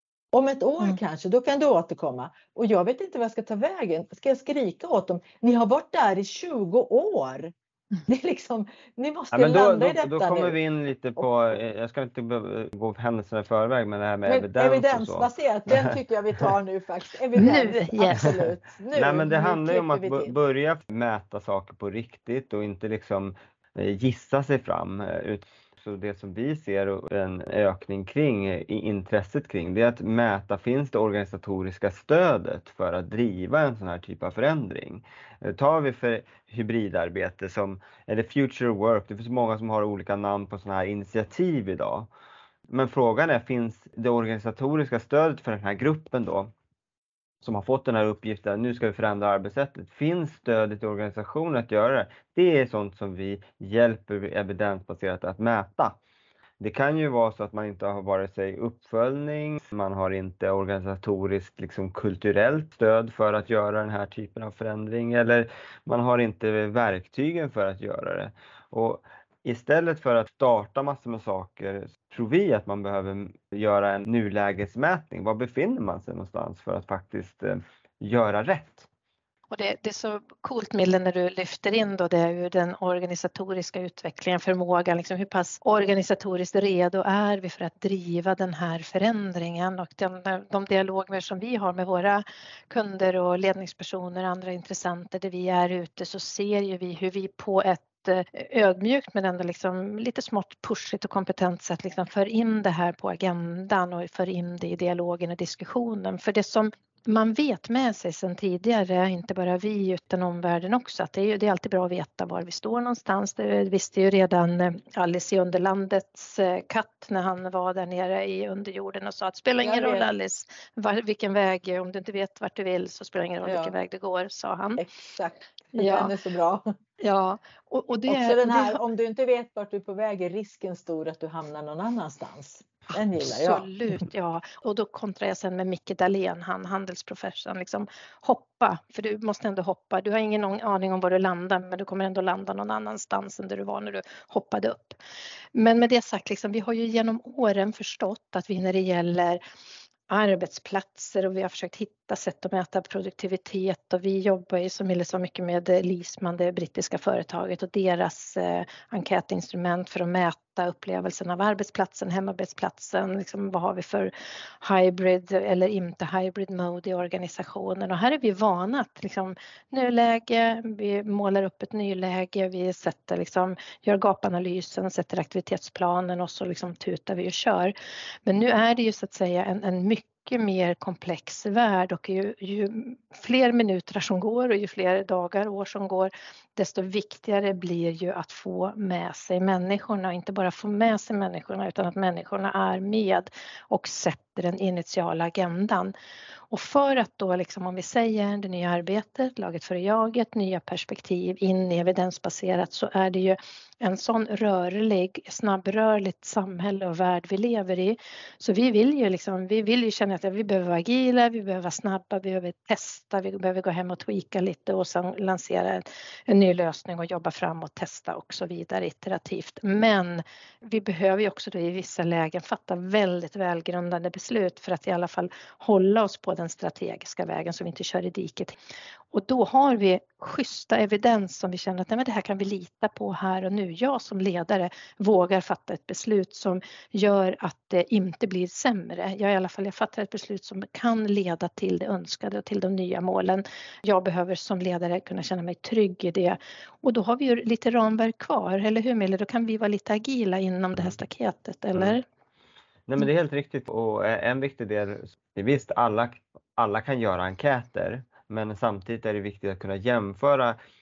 Om ett år mm. kanske, då kan du återkomma. Och jag vet inte vad jag ska ta vägen. Ska jag skrika åt dem? Ni har varit där i tjugo år. Det är liksom, ni måste ja, men då, landa då, i detta Då kommer nu. vi in lite på, jag ska inte gå händelserna i förväg, men det här med men evidens, evidensbaserat, den tycker jag vi tar nu faktiskt. Evidens, nu, yes. absolut. Nu, Nej, men det handlar ju om att b- börja mäta saker på riktigt och inte liksom gissa sig fram. Så det som vi ser och en ökning kring, i intresset kring, det är att mäta, finns det organisatoriska stödet för att driva en sån här typ av förändring. Tar vi för hybridarbete som, eller future work, det finns många som har olika namn på sådana här initiativ idag. Men frågan är, finns det organisatoriska stödet för den här gruppen då, som har fått den här uppgiften, nu ska vi förändra arbetssättet. Finns stödet i organisationen att göra det? Det är sånt som vi hjälper evidensbaserat att mäta. Det kan ju vara så att man inte har vare sig uppföljning, man har inte organisatoriskt liksom kulturellt stöd för att göra den här typen av förändring, eller man har inte verktygen för att göra det. Och istället för att starta massor med saker tror vi att man behöver göra en nulägesmätning. Var befinner man sig någonstans för att faktiskt eh, göra rätt? Och det, det är så coolt, Mille, när du lyfter in då det är ju den organisatoriska utvecklingen, förmågan, liksom hur pass organisatoriskt redo är vi för att driva den här förändringen, och de, de dialoger som vi har med våra kunder och ledningspersoner och andra intressenter där vi är ute, så ser ju vi hur vi på ett ödmjukt men ändå liksom lite smått pushigt och kompetent sätt liksom för in det här på agendan och för in det i dialogen och diskussionen. För det som man vet med sig sedan tidigare, inte bara vi utan omvärlden också, att det är, ju, det är alltid bra att veta var vi står någonstans. Det visste ju redan Alice i Underlandets katt när han var där nere i underjorden och sa att spelar ingen roll, Alice, var, vilken väg, om du inte vet vart du vill så spelar ingen roll ja. vilken väg det går, sa han. Exakt, ja. Den är så bra. Ja, och, och det också den här, det, om du inte vet vart du är på väg är risken stor att du hamnar någon annanstans. Den gillar jag. Absolut, ja. Och då kontrar jag sen med Micke Dahlén, han handelsprofessorn, liksom hoppa, för du måste ändå hoppa. Du har ingen aning om var du landar, men du kommer ändå landa någon annanstans än där du var när du hoppade upp. Men med det sagt, liksom, vi har ju genom åren förstått att vi när det gäller arbetsplatser och vi har försökt hitta sätt att mäta produktivitet, och vi jobbar ju som Mille sa mycket med Leesman, det brittiska företaget, och deras eh, enkätinstrument för att mäta upplevelsen av arbetsplatsen, hemarbetsplatsen, liksom, vad har vi för hybrid eller inte hybrid mode i organisationen, och här är vi vana att liksom, nuläge, vi målar upp ett nyläge, vi sätter liksom, gör gapanalysen, sätter aktivitetsplanen och så liksom tutar vi och kör. Men nu är det ju så att säga en, en mycket mer komplex värld, och ju, ju fler minuter som går och ju fler dagar, år som går, desto viktigare blir ju att få med sig människorna, inte bara få med sig människorna utan att människorna är med och sätter den initiala agendan. Och för att då, liksom, om vi säger det nya arbetet, laget för jaget, nya perspektiv in i evidensbaserat, så är det ju en sån rörlig, snabbrörligt samhälle och värld vi lever i. Så vi vill ju, liksom, vi vill ju känna att vi behöver vara agila, vi behöver vara snabba, vi behöver testa, vi behöver gå hem och tweaka lite och sen lansera en, en ny lösning och jobba fram och testa och så vidare iterativt. Men vi behöver ju också då i vissa lägen fatta väldigt välgrundade beslut för att i alla fall hålla oss på den strategiska vägen så vi inte kör i diket. Och då har vi schyssta evidens som vi känner att nej, men det här kan vi lita på här och nu. Jag som ledare vågar fatta ett beslut som gör att det inte blir sämre. Jag i alla fall jag fattar ett beslut som kan leda till det önskade och till de nya målen. Jag behöver som ledare kunna känna mig trygg i det. Och då har vi ju lite ramverk kvar, eller hur Mille? Då kan vi vara lite agila inom det här staketet, eller? Mm. Nej, men det är helt riktigt, och en viktig del, det är visst alla, alla kan göra enkäter, men samtidigt är det viktigt att kunna jämföra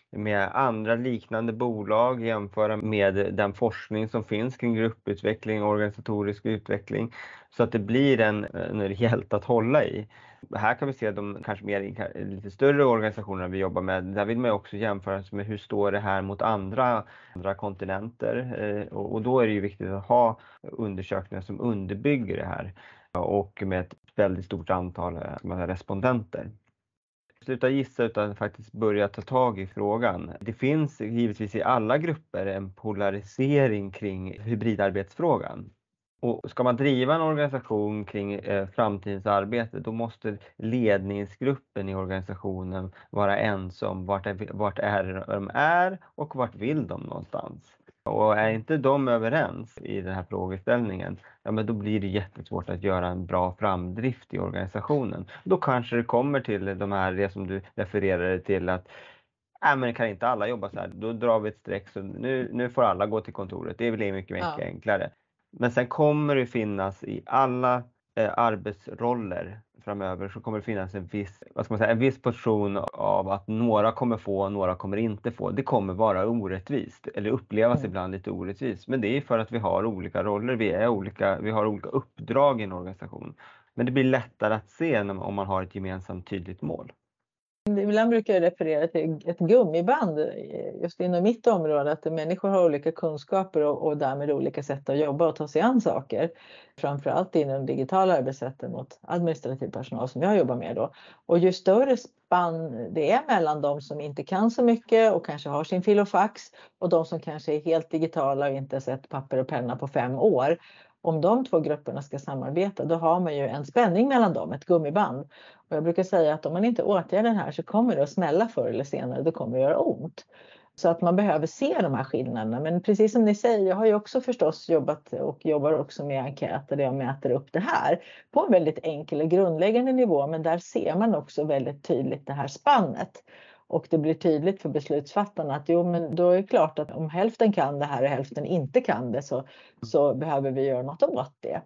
med andra liknande bolag, jämföra med den forskning som finns kring grupputveckling och organisatorisk utveckling, så att det blir en, en hjälte att hålla i. Här kan vi se de kanske mer lite större organisationerna vi jobbar med. Där vill man också jämföra med hur står det här mot andra, andra kontinenter. Och, och då är det ju viktigt att ha undersökningar som underbygger det här. Och med ett väldigt stort antal respondenter. Sluta gissa utan faktiskt börja ta tag i frågan. Det finns givetvis i alla grupper en polarisering kring hybridarbetsfrågan. Och ska man driva en organisation kring eh, framtidens arbete, då måste ledningsgruppen i organisationen vara ensam vart är, vart är de är och vart vill de någonstans. Och är inte de överens i den här frågeställningen, ja, men då blir det jättesvårt att göra en bra framdrift i organisationen. Då kanske det kommer till de här, det som du refererade till, att nej, men kan inte alla jobba så här, då drar vi ett streck, så nu, nu får alla gå till kontoret. Det blir mycket, mycket ja. enklare. Men sen kommer det finnas i alla eh, arbetsroller framöver, så kommer det finnas en viss, vad ska man säga, en viss portion av att några kommer få och några kommer inte få. Det kommer vara orättvist eller upplevas mm. ibland lite orättvist. Men det är för att vi har olika roller, vi, är olika, vi har olika uppdrag i en organisation. Men det blir lättare att se om man har ett gemensamt tydligt mål. Ibland brukar jag referera till ett gummiband just inom mitt område, att människor har olika kunskaper och, och därmed olika sätt att jobba och ta sig an saker. Framförallt inom digitala arbetssätten mot administrativ personal som jag jobbar med då. Och ju större spann det är mellan de som inte kan så mycket och kanske har sin fil och fax och de som kanske är helt digitala och inte sett papper och penna på fem år. Om de två grupperna ska samarbeta, då har man ju en spänning mellan dem, ett gummiband. Och jag brukar säga att om man inte åtgärdar det här så kommer det att smälla förr eller senare, det kommer att göra ont. Så att man behöver se de här skillnaderna. Men precis som ni säger, jag har ju också förstås jobbat och jobbar också med enkäter där jag mäter upp det här på en väldigt enkel och grundläggande nivå. Men där ser man också väldigt tydligt det här spannet. Och det blir tydligt för beslutsfattarna att jo, men då är det klart att om hälften kan det här och hälften inte kan det, så, så behöver vi göra något åt det.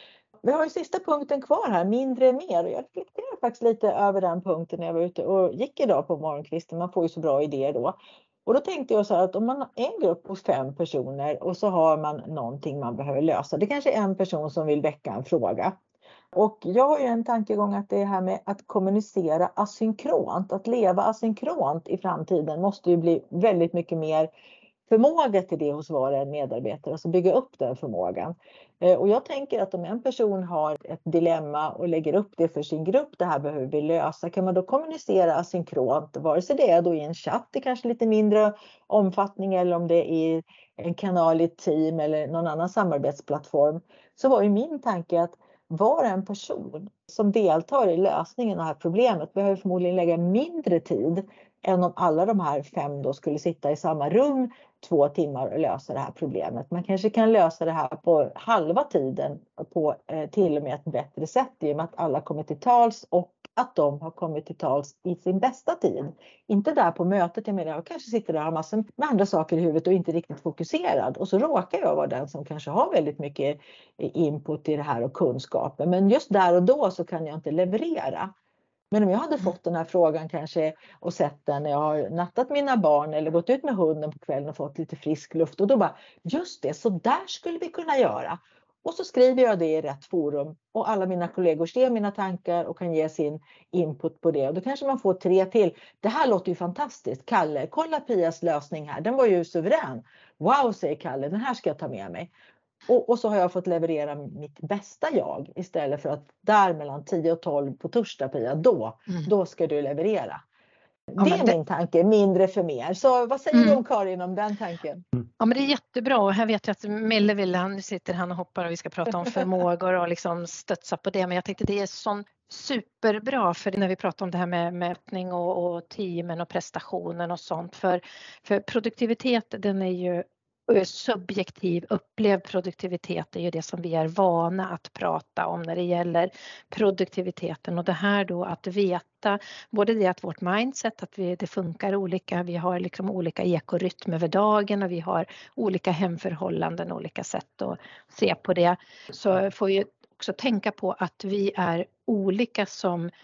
Vi har ju sista punkten kvar här, mindre är mer. Och jag reflekterar faktiskt lite över den punkten när jag var ute och gick idag på morgonkvisten. Man får ju så bra idéer då. Och då tänkte jag så här att om man har en grupp på fem personer och så har man någonting man behöver lösa. Det kanske är en person som vill väcka en fråga. Och jag har ju en tankegång att det här med att kommunicera asynkront, att leva asynkront i framtiden måste ju bli väldigt mycket mer förmåga till det hos var och en medarbetare, alltså bygga upp den förmågan. Och jag tänker att om en person har ett dilemma och lägger upp det för sin grupp, det här behöver vi lösa, kan man då kommunicera asynkront, vare sig det är då i en chatt i kanske lite mindre omfattning eller om det är en kanal i ett team eller någon annan samarbetsplattform, så var ju min tanke att var en person som deltar i lösningen av det här problemet behöver förmodligen lägga mindre tid än om alla de här fem då skulle sitta i samma rum två timmar och lösa det här problemet. Man kanske kan lösa det här på halva tiden på eh, till och med ett bättre sätt i och med att alla kommer till tals och att de har kommit till tals i sin bästa tid. Inte där på mötet, jag menar jag kanske sitter där och har massor med andra saker i huvudet och inte riktigt fokuserad. Och så råkar jag vara den som kanske har väldigt mycket input i det här och kunskaper. Men just där och då så kan jag inte leverera. Men om jag hade fått den här frågan kanske och sett den när jag har nattat mina barn eller gått ut med hunden på kvällen och fått lite frisk luft. Och då bara, just det, så där skulle vi kunna göra. Och så skriver jag det i rätt forum och alla mina kollegor ser mina tankar och kan ge sin input på det. Och då kanske man får tre till. Det här låter ju fantastiskt. Kalle, kolla Pias lösning här. Den var ju suverän. Wow, säger Kalle, den här ska jag ta med mig. Och, och så har jag fått leverera mitt bästa jag istället för att där mellan tio och tolv på torsdag, Pia, då, mm. då ska du leverera. Ja, det är det... min tanke, mindre för mer. Så vad säger mm. du om Karin om den tanken? Ja, men det är jättebra och här vet jag att Mille vill, han sitter han och hoppar och vi ska prata om förmågor och liksom stötsa på det. Men jag tänkte det är sån superbra för när vi pratar om det här med mätning och, och teamen och prestationen och sånt. För, för produktivitet, den är ju subjektiv, upplevd produktivitet är ju det som vi är vana att prata om när det gäller produktiviteten och det här då att veta både det att vårt mindset att vi, det funkar olika, vi har liksom olika ekorytm över dagen och vi har olika hemförhållanden, olika sätt att se på det, så får vi också tänka på att vi är olika som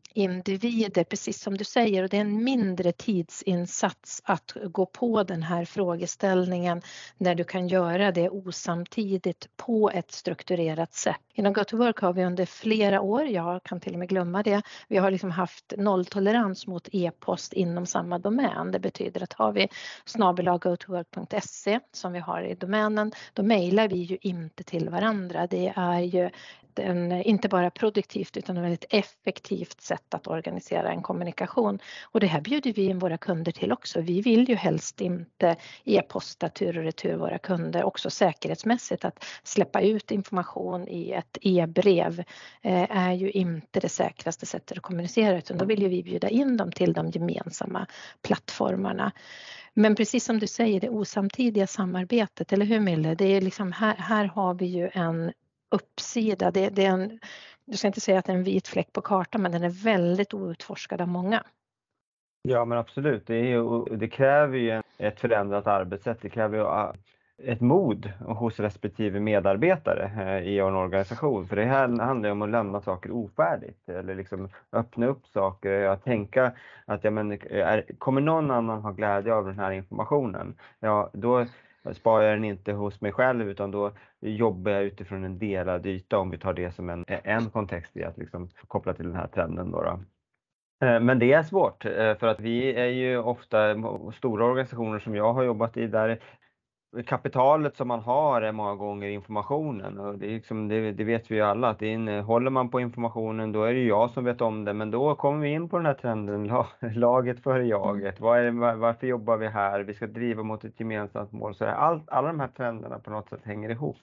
individer, precis som du säger, och det är en mindre tidsinsats att gå på den här frågeställningen när du kan göra det osamtidigt på ett strukturerat sätt. Inom GoToWork har vi under flera år, jag kan till och med glömma det, vi har liksom haft nolltolerans mot e-post inom samma domän. Det betyder att har vi snabel-a gotowork punkt se som vi har i domänen, då mejlar vi ju inte till varandra. Det är ju en, inte bara produktivt utan ett väldigt effektivt sätt att organisera en kommunikation. Och det här bjuder vi in våra kunder till också. Vi vill ju helst inte e-posta tur och retur våra kunder, också säkerhetsmässigt. Att släppa ut information i ett e-brev eh, är ju inte det säkraste sättet att kommunicera, utan då vill ju vi bjuda in dem till de gemensamma plattformarna. Men precis som du säger, det osamtidiga samarbetet, eller hur Mille? Det är liksom, här, här har vi ju en uppsida. Det, det är en, du ska inte säga att det är en vit fläck på kartan, men den är väldigt outforskad av många. Ja, men absolut. Det, är ju, det kräver ju ett förändrat arbetssätt. Det kräver ju ett mod hos respektive medarbetare i en organisation. För det här handlar ju om att lämna saker ofärdigt. Eller liksom öppna upp saker. Att tänka att ja, men, är, kommer någon annan ha glädje av den här informationen? Ja, då sparar jag den inte hos mig själv, utan då jobbar jag utifrån en delad yta, om vi tar det som en, en kontext i att liksom koppla till den här trenden då, då. Men det är svårt, för att vi är ju ofta stora organisationer som jag har jobbat i, där kapitalet som man har är många gånger informationen, och det, är liksom, det, det vet vi ju alla, att in, håller man på informationen, då är det ju jag som vet om det, men då kommer vi in på den här trenden, laget före jaget. Vad är det, var, varför jobbar vi här? Vi ska driva mot ett gemensamt mål. Så allt, alla de här trenderna på något sätt hänger ihop.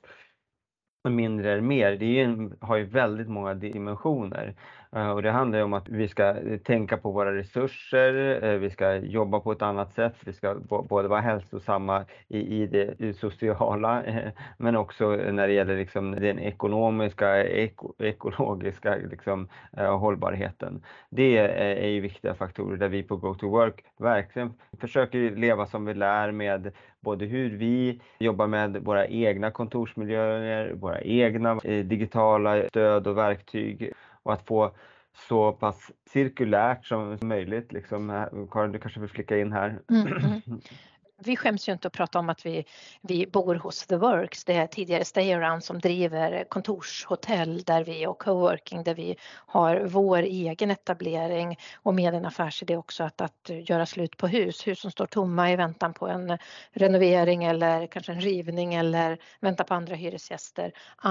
Mindre är mer, det är ju, har ju väldigt många dimensioner, och det handlar ju om att vi ska tänka på våra resurser, vi ska jobba på ett annat sätt, vi ska både vara hälsosamma i, i det sociala, men också när det gäller liksom den ekonomiska, eko, ekologiska liksom, hållbarheten. Det är, är ju viktiga faktorer där vi på GoToWork verkligen försöker leva som vi lär, med både hur vi jobbar med våra egna kontorsmiljöer, våra egna eh, digitala stöd och verktyg, och att få så pass cirkulärt som möjligt. Liksom, Karin, du kanske vill flicka in här. Mm, mm. Vi skäms ju inte att prata om att vi, vi bor hos The Works, det är tidigare Stay Around som driver kontorshotell där vi, och coworking där vi har vår egen etablering, och med en affärsidé också att, att göra slut på hus. Hus som står tomma i väntan på en renovering eller kanske en rivning eller vänta på andra hyresgäster,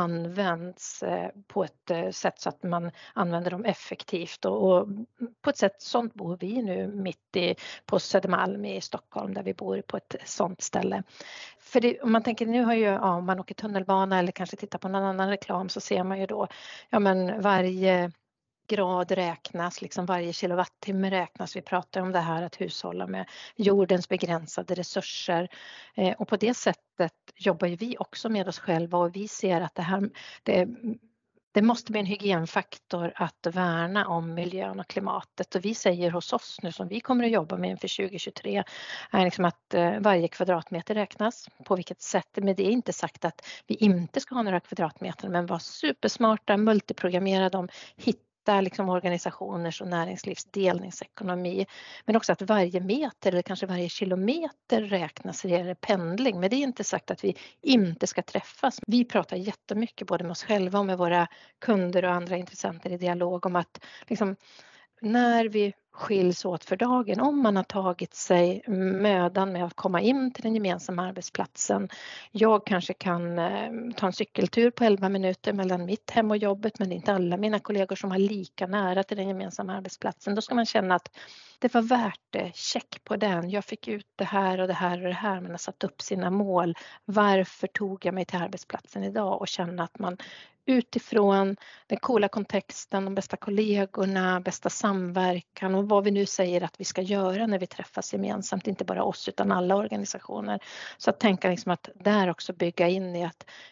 används på ett sätt så att man använder dem effektivt, och, och på ett sätt sånt bor vi nu mitt i på Södermalm i Stockholm, där vi bor på ett sånt ställe. För det, om man tänker, nu har ju, ja, om man åker tunnelbana eller kanske tittar på någon annan reklam, så ser man ju då, ja men varje grad räknas, liksom varje kilowattimme räknas. Vi pratar om det här att hushålla med jordens begränsade resurser, eh, och på det sättet jobbar ju vi också med oss själva, och vi ser att det här, det Det måste bli en hygienfaktor att värna om miljön och klimatet, och vi säger hos oss nu, som vi kommer att jobba med inför tjugo tjugotre, är liksom att varje kvadratmeter räknas. På vilket sätt? Men det är inte sagt att vi inte ska ha några kvadratmeter, men vara supersmarta, multiprogrammera dem, hitta liksom organisationers och näringslivs delningsekonomi, men också att varje meter eller kanske varje kilometer räknas när det gäller pendling. Men det är inte sagt att vi inte ska träffas. Vi pratar jättemycket både med oss själva och med våra kunder och andra intressenter i dialog om att liksom, när vi skiljs åt för dagen, om man har tagit sig mödan med att komma in till den gemensamma arbetsplatsen. Jag kanske kan eh, ta en cykeltur på elva minuter mellan mitt hem och jobbet, men det är inte alla mina kollegor som har lika nära till den gemensamma arbetsplatsen. Då ska man känna att det var värt det, check på den. Jag fick ut det här och det här och det här, man har satt upp sina mål. Varför tog jag mig till arbetsplatsen idag? Och känna att man utifrån den coola kontexten, de bästa kollegorna, bästa samverkan och vad vi nu säger att vi ska göra när vi träffas gemensamt, inte bara oss utan alla organisationer. Så att tänka liksom att där också bygga in i att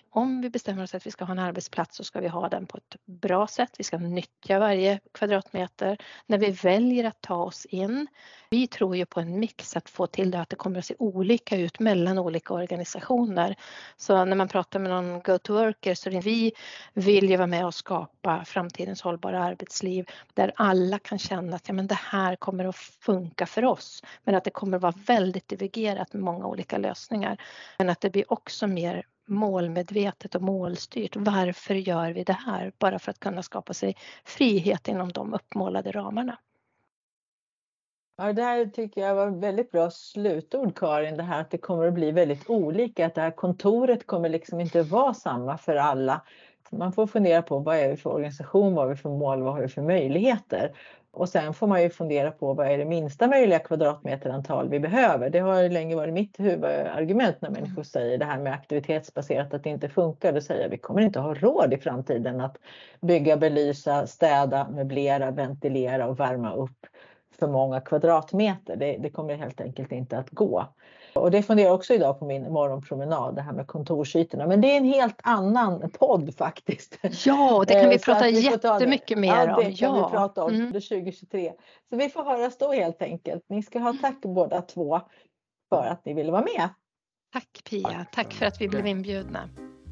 om vi bestämmer oss att vi ska ha en arbetsplats så ska vi ha den på ett bra sätt. Vi ska nyttja varje kvadratmeter. När vi väljer att ta oss in, vi tror ju på en mix att få till det att det kommer att se olika ut mellan olika organisationer. Så när man pratar med någon go-to-worker så är vi vill ju vara med och skapa framtidens hållbara arbetsliv där alla kan känna att ja, men det här kommer att funka för oss. Men att det kommer att vara väldigt divergerat med många olika lösningar. Men att det blir också mer målmedvetet och målstyrt. Varför gör vi det här? Bara för att kunna skapa sig frihet inom de uppmålade ramarna. Ja, det här tycker jag var väldigt bra slutord, Karin. Det här att det kommer att bli väldigt olika. Att det här kontoret kommer liksom inte vara samma för alla. Man får fundera på vad är det för organisation, vad är det för mål, vad har vi för möjligheter. Och sen får man ju fundera på vad är det minsta möjliga kvadratmeterantal vi behöver. Det har länge varit mitt huvudargument när människor säger det här med aktivitetsbaserat att det inte funkar. Då säger jag att vi kommer inte ha råd i framtiden att bygga, belysa, städa, möblera, ventilera och värma upp för många kvadratmeter. Det, det kommer helt enkelt inte att gå. Och det funderar jag också idag på min morgonpromenad, det här med kontorsytorna. Men det är en helt annan podd faktiskt. Ja, det kan vi prata vi jättemycket mer om. om. Ja, det kan ja. vi prata om mm. tjugo tjugotre. Så vi får höras då helt enkelt. Ni ska ha tack båda två för att ni ville vara med. Tack Pia, tack för att vi blev inbjudna.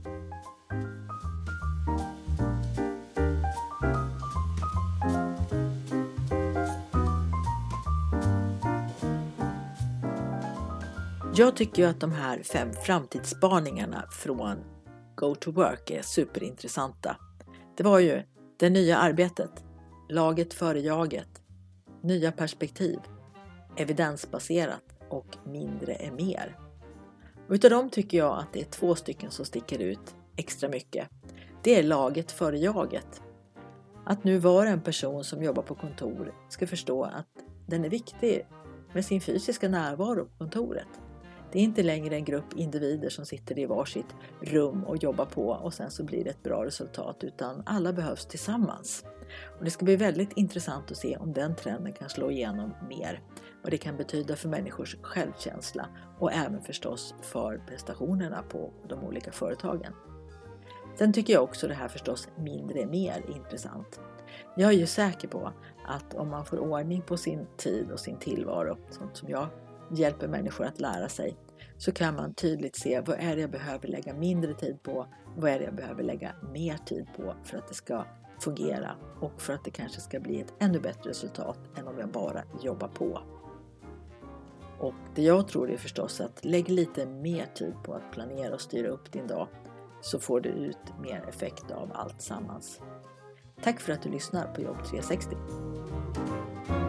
Jag tycker ju att de här fem framtidsspaningarna från Go to Work är superintressanta. Det var ju det nya arbetet, laget före jaget, nya perspektiv, evidensbaserat och mindre är mer. Och utav dem tycker jag att det är två stycken som sticker ut extra mycket. Det är laget före jaget. Att nu var en person som jobbar på kontor ska förstå att den är viktig med sin fysiska närvaro på kontoret. Det är inte längre en grupp individer som sitter i varsitt rum och jobbar på och sen så blir det ett bra resultat, utan alla behövs tillsammans. Och det ska bli väldigt intressant att se om den trenden kan slå igenom mer. Vad det kan betyda för människors självkänsla och även förstås för prestationerna på de olika företagen. Sen tycker jag också det här förstås mindre är mer intressant. Jag är ju säker på att om man får ordning på sin tid och sin tillvaro, sånt som jag hjälper människor att lära sig, så kan man tydligt se vad är det jag behöver lägga mindre tid på, vad är det jag behöver lägga mer tid på för att det ska fungera och för att det kanske ska bli ett ännu bättre resultat än om jag bara jobbar på. Och det jag tror är förstås att lägg lite mer tid på att planera och styra upp din dag, så får du ut mer effekt av allt sammans. Tack för att du lyssnar på Jobb tre sextio.